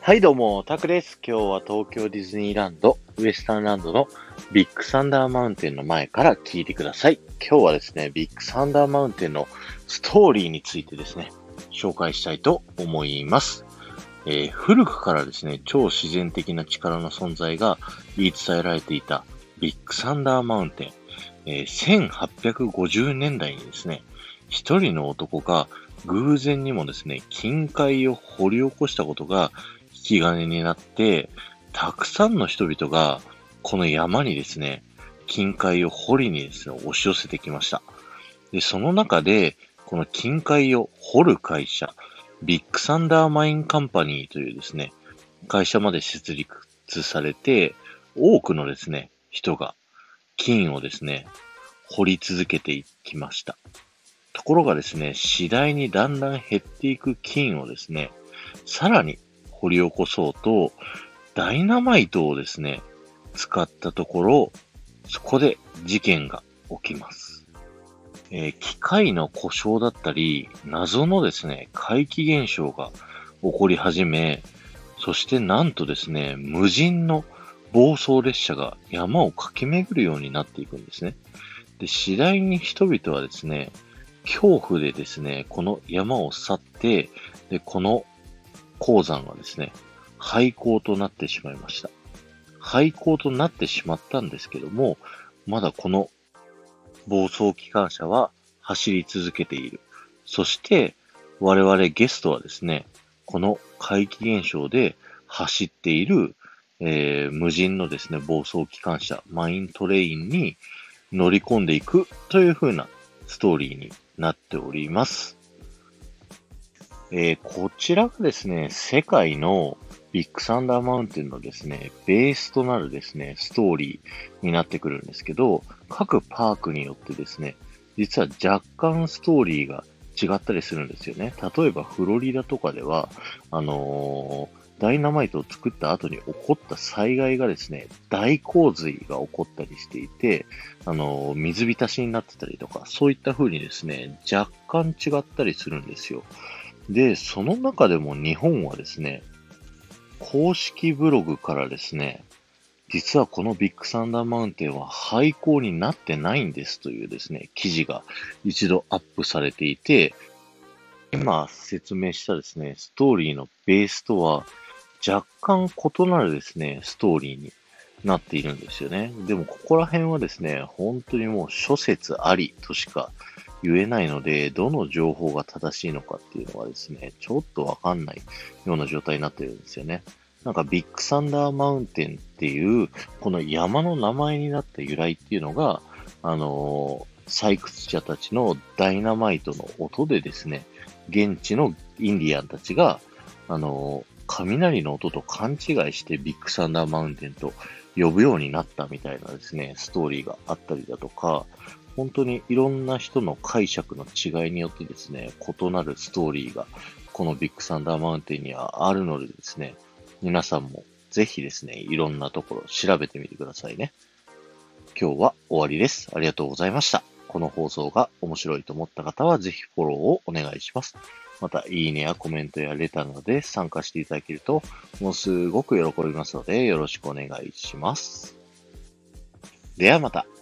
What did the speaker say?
はいどうも、タクです。今日は東京ディズニーランド、ウエスタンランドのビッグサンダーマウンテンの前から聞いてください。今日はですね、ビッグサンダーマウンテンのストーリーについてですね、紹介したいと思います。古くからですね、超自然的な力の存在が言い伝えられていたビッグサンダーマウンテン。1850年代にですね、一人の男が偶然にもですね、金塊を掘り起こしたことが引き金になって、たくさんの人々がこの山にですね、金塊を掘りにですね、押し寄せてきました。で、その中で、この金塊を掘る会社、ビッグサンダーマインカンパニーというですね、会社まで設立されて、多くのですね、人が金をですね、掘り続けていきました。ところがですね、次第にだんだん減っていく金をですね、さらに掘り起こそうと、ダイナマイトをですね、使ったところ、そこで事件が起きます。機械の故障だったり、謎のですね、怪奇現象が起こり始め、そしてなんとですね、無人の暴走列車が山を駆け巡るようになっていくんですね。で、次第に人々はですね、恐怖でですね、この山を去って、で、この鉱山がですね、廃鉱となってしまいました。廃鉱となってしまったんですけども、まだこの暴走機関車は走り続けている。そして、我々ゲストはですね、この怪奇現象で走っている、無人のですね、暴走機関車、マイントレインに乗り込んでいくという風なストーリーになっております。こちらがですね、世界のビッグサンダーマウンテンのですね、ベースとなるですね、ストーリーになってくるんですけど、各パークによってですね、実は若干ストーリーが違ったりするんですよね。例えばフロリダとかでは、ダイナマイトを作った後に起こった災害がですね、大洪水が起こったりしていて、水浸しになってたりとか、そういった風にですね、若干違ったりするんですよ。で、その中でも日本はですね、公式ブログからですね、実はこのビッグサンダーマウンテンは廃校になってないんですというですね、記事が一度アップされていて、今説明したですね、ストーリーのベースとは若干異なるですね、ストーリーになっているんですよね。でもここら辺はですね、本当にもう諸説ありとしか言えないので、どの情報が正しいのかっていうのはですね、ちょっとわかんないような状態になってるんですよね。なんかビッグサンダーマウンテンっていう、この山の名前になった由来っていうのが、採掘者たちのダイナマイトの音でですね、現地のインディアンたちが、雷の音と勘違いしてビッグサンダーマウンテンと呼ぶようになったみたいなですね、ストーリーがあったりだとか、本当にいろんな人の解釈の違いによってですね、異なるストーリーがこのビッグサンダーマウンテンにはあるのでですね、皆さんもぜひですね、いろんなところ調べてみてくださいね。今日は終わりです。ありがとうございました。この放送が面白いと思った方はぜひフォローをお願いします。また、いいねやコメントやレターなどで参加していただけると、もうすごく喜びますので、よろしくお願いします。ではまた。